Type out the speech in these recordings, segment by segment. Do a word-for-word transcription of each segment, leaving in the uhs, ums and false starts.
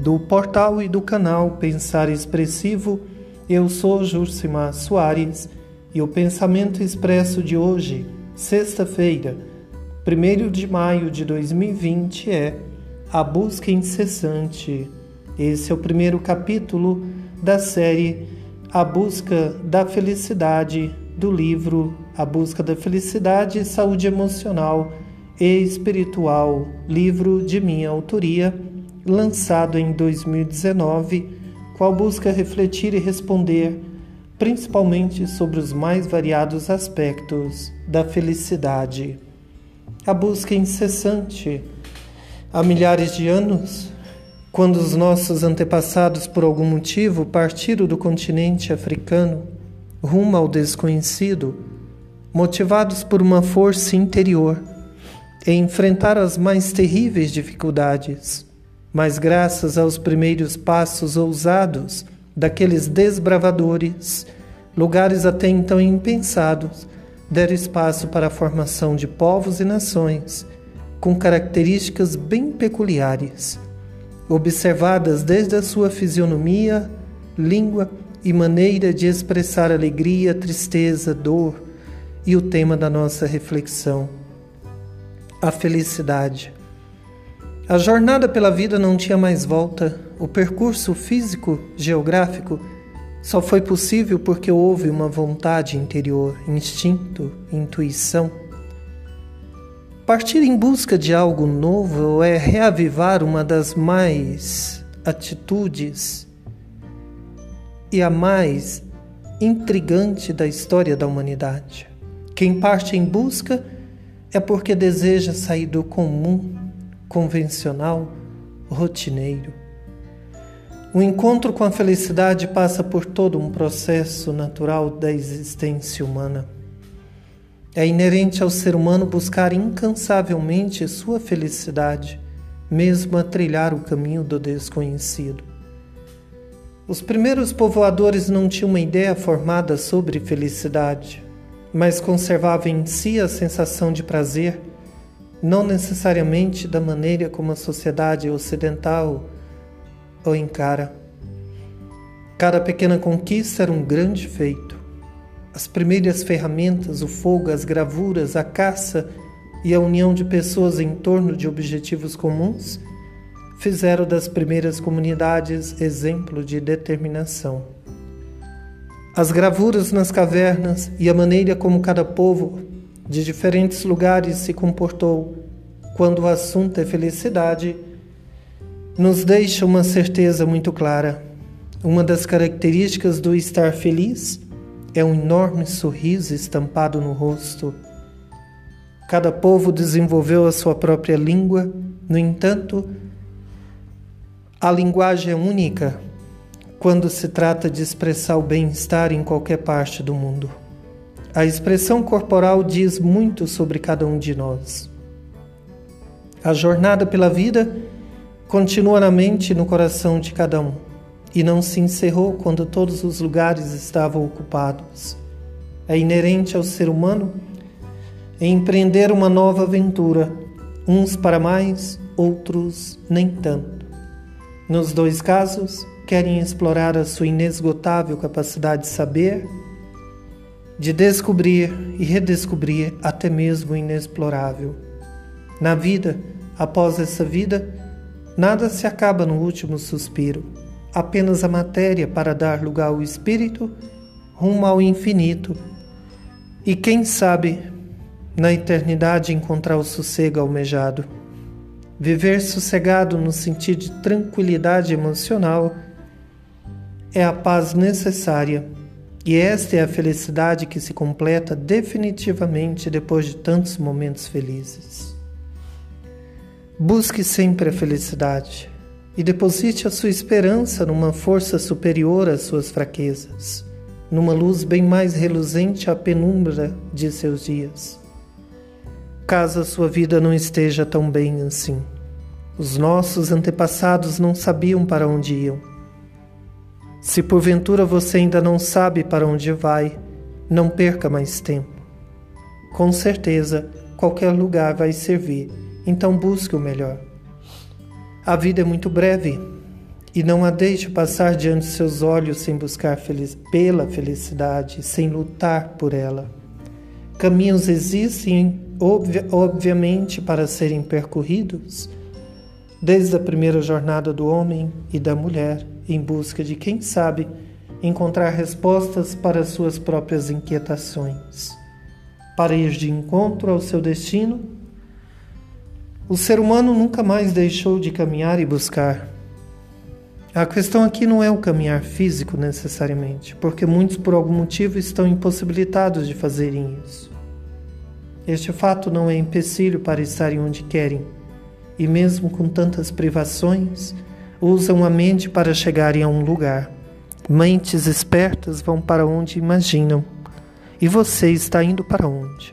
do portal e do canal Pensar Expressivo. Eu sou Jurcimar Soares e o pensamento expresso de hoje, sexta-feira, primeiro de maio de dois mil e vinte, é A Busca Incessante. Esse é o primeiro capítulo da série A Busca da Felicidade, do livro A Busca da Felicidade e Saúde Emocional e Espiritual, livro de minha autoria, lançado em dois mil e dezenove, qual busca refletir e responder principalmente sobre os mais variados aspectos da felicidade. A busca incessante. Há milhares de anos, quando os nossos antepassados, por algum motivo, partiram do continente africano rumo ao desconhecido, motivados por uma força interior, e enfrentaram as mais terríveis dificuldades, mas graças aos primeiros passos ousados daqueles desbravadores, lugares até então impensados deram espaço para a formação de povos e nações com características bem peculiares, observadas desde a sua fisionomia, língua e maneira de expressar alegria, tristeza, dor e o tema da nossa reflexão, a felicidade. A jornada pela vida não tinha mais volta. O percurso físico, geográfico, só foi possível porque houve uma vontade interior, instinto, intuição. Partir em busca de algo novo é reavivar uma das mais atitudes e a mais intrigante da história da humanidade. Quem parte em busca é porque deseja sair do comum, convencional, rotineiro. O encontro com a felicidade passa por todo um processo natural da existência humana. É inerente ao ser humano buscar incansavelmente sua felicidade, mesmo a trilhar o caminho do desconhecido. Os primeiros povoadores não tinham uma ideia formada sobre felicidade, mas conservavam em si a sensação de prazer, não necessariamente da maneira como a sociedade ocidental o encara. Cada pequena conquista era um grande feito. As primeiras ferramentas, o fogo, as gravuras, a caça e a união de pessoas em torno de objetivos comuns fizeram das primeiras comunidades exemplo de determinação. As gravuras nas cavernas e a maneira como cada povo de diferentes lugares se comportou quando o assunto é felicidade nos deixa uma certeza muito clara. Uma das características do estar feliz é um enorme sorriso estampado no rosto. Cada povo desenvolveu a sua própria língua, no entanto, a linguagem é única quando se trata de expressar o bem-estar em qualquer parte do mundo. A expressão corporal diz muito sobre cada um de nós. A jornada pela vida continua na mente e no coração de cada um, e não se encerrou quando todos os lugares estavam ocupados. É inerente ao ser humano empreender uma nova aventura, uns para mais, outros nem tanto. Nos dois casos, querem explorar a sua inesgotável capacidade de saber, de descobrir e redescobrir até mesmo o inexplorável. Na vida, após essa vida, nada se acaba no último suspiro, apenas a matéria para dar lugar ao espírito rumo ao infinito e, quem sabe, na eternidade encontrar o sossego almejado. Viver sossegado no sentido de tranquilidade emocional é a paz necessária. E esta é a felicidade que se completa definitivamente depois de tantos momentos felizes. Busque sempre a felicidade e deposite a sua esperança numa força superior às suas fraquezas, numa luz bem mais reluzente à penumbra de seus dias. Caso a sua vida não esteja tão bem assim, os nossos antepassados não sabiam para onde iam. Se porventura você ainda não sabe para onde vai, não perca mais tempo. Com certeza, qualquer lugar vai servir, então busque o melhor. A vida é muito breve e não a deixe passar diante de seus olhos sem buscar feliz, pela felicidade, sem lutar por ela. Caminhos existem, obvi, obviamente, para serem percorridos, desde a primeira jornada do homem e da mulher, em busca de, quem sabe, encontrar respostas para suas próprias inquietações. Para ir de encontro ao seu destino, o ser humano nunca mais deixou de caminhar e buscar. A questão aqui não é o caminhar físico necessariamente, porque muitos por algum motivo estão impossibilitados de fazerem isso. Este fato não é empecilho para estarem onde querem, e mesmo com tantas privações, usam a mente para chegarem a um lugar. Mentes espertas vão para onde imaginam. E você está indo para onde?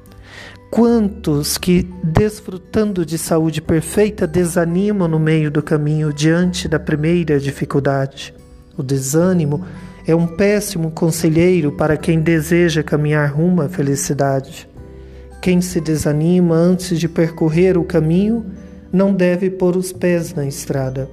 Quantos que, desfrutando de saúde perfeita, desanimam no meio do caminho diante da primeira dificuldade? O desânimo é um péssimo conselheiro para quem deseja caminhar rumo à felicidade. Quem se desanima antes de percorrer o caminho não deve pôr os pés na estrada.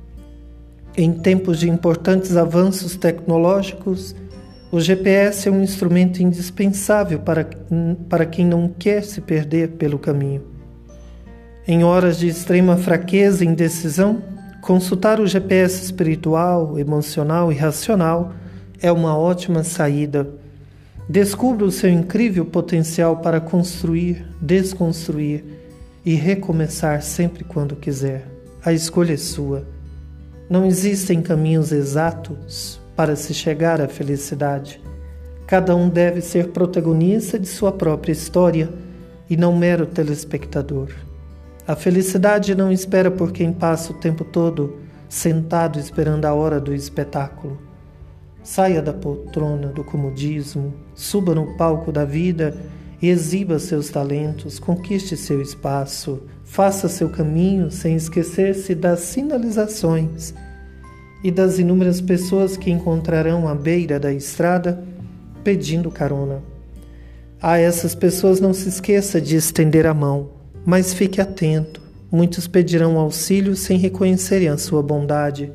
Em tempos de importantes avanços tecnológicos, o G P S é um instrumento indispensável para, para quem não quer se perder pelo caminho. Em horas de extrema fraqueza e indecisão, consultar o G P S espiritual, emocional e racional é uma ótima saída. Descubra o seu incrível potencial para construir, desconstruir e recomeçar sempre quando quiser. A escolha é sua. Não existem caminhos exatos para se chegar à felicidade. Cada um deve ser protagonista de sua própria história e não mero telespectador. A felicidade não espera por quem passa o tempo todo sentado esperando a hora do espetáculo. Saia da poltrona do comodismo, suba no palco da vida e exiba seus talentos, conquiste seu espaço, faça seu caminho sem esquecer-se das sinalizações e das inúmeras pessoas que encontrarão à beira da estrada pedindo carona. A essas pessoas não se esqueça de estender a mão, mas fique atento. Muitos pedirão auxílio sem reconhecerem a sua bondade.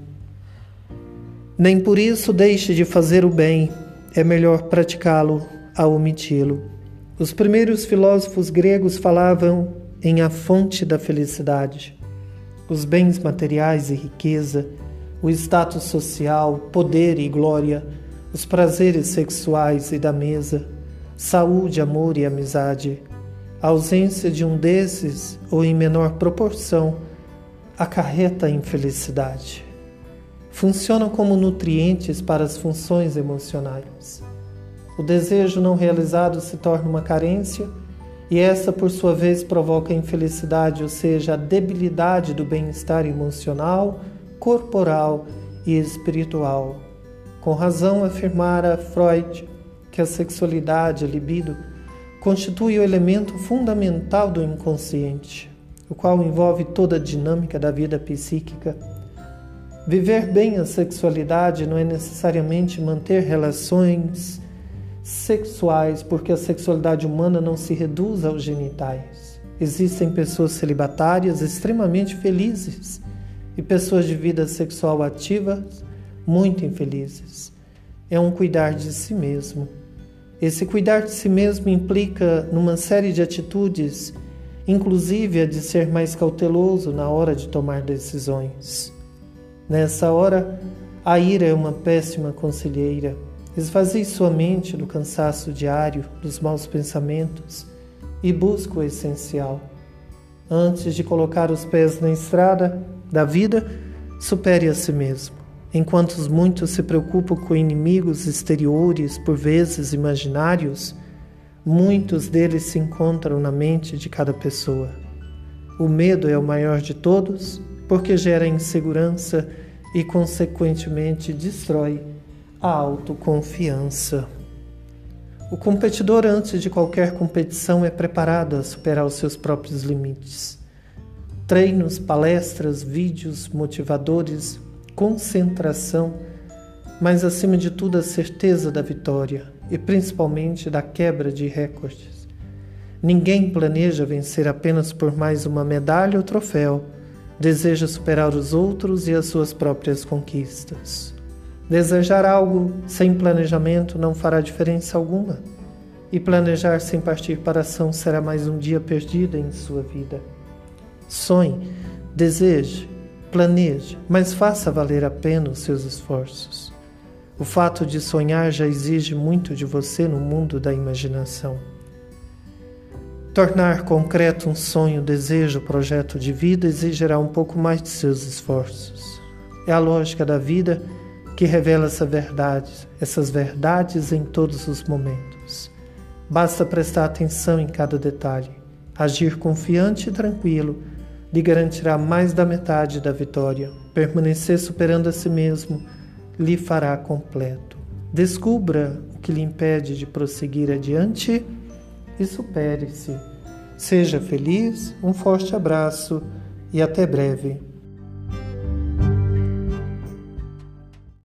Nem por isso deixe de fazer o bem, é melhor praticá-lo a omiti-lo. Os primeiros filósofos gregos falavam em a fonte da felicidade. Os bens materiais e riqueza, o status social, poder e glória, os prazeres sexuais e da mesa, saúde, amor e amizade. A ausência de um desses, ou em menor proporção, acarreta a infelicidade. Funcionam como nutrientes para as funções emocionais. O desejo não realizado se torna uma carência, e essa, por sua vez, provoca a infelicidade, ou seja, a debilidade do bem-estar emocional, corporal e espiritual. Com razão afirmara Freud que a sexualidade, a libido, constitui o elemento fundamental do inconsciente, o qual envolve toda a dinâmica da vida psíquica. Viver bem a sexualidade não é necessariamente manter relações sexuais, porque a sexualidade humana não se reduz aos genitais. Existem pessoas celibatárias extremamente felizes e pessoas de vida sexual ativa muito infelizes. É um cuidar de si mesmo. Esse cuidar de si mesmo implica numa série de atitudes, inclusive a de ser mais cauteloso na hora de tomar decisões. Nessa hora, a ira é uma péssima conselheira. Esvazie sua mente do cansaço diário, dos maus pensamentos e busque o essencial. Antes de colocar os pés na estrada da vida, supere a si mesmo. Enquanto muitos se preocupam com inimigos exteriores, por vezes imaginários, muitos deles se encontram na mente de cada pessoa. O medo é o maior de todos, porque gera insegurança e, consequentemente, destrói a autoconfiança. O competidor, antes de qualquer competição, é preparado a superar os seus próprios limites. Treinos, palestras, vídeos motivadores, concentração, mas acima de tudo a certeza da vitória e principalmente da quebra de recordes. Ninguém planeja vencer apenas por mais uma medalha ou troféu, Deseja superar os outros e as suas próprias conquistas. Desejar algo sem planejamento não fará diferença alguma. E planejar sem partir para a ação será mais um dia perdido em sua vida. Sonhe, deseje, planeje, mas faça valer a pena os seus esforços. O fato de sonhar já exige muito de você no mundo da imaginação. Tornar concreto um sonho, desejo, projeto de vida exigirá um pouco mais de seus esforços. É a lógica da vida que revela essa verdade, essas verdades em todos os momentos. Basta prestar atenção em cada detalhe. Agir confiante e tranquilo lhe garantirá mais da metade da vitória. Permanecer superando a si mesmo lhe fará completo. Descubra o que lhe impede de prosseguir adiante e supere-se. Seja feliz, um forte abraço e até breve.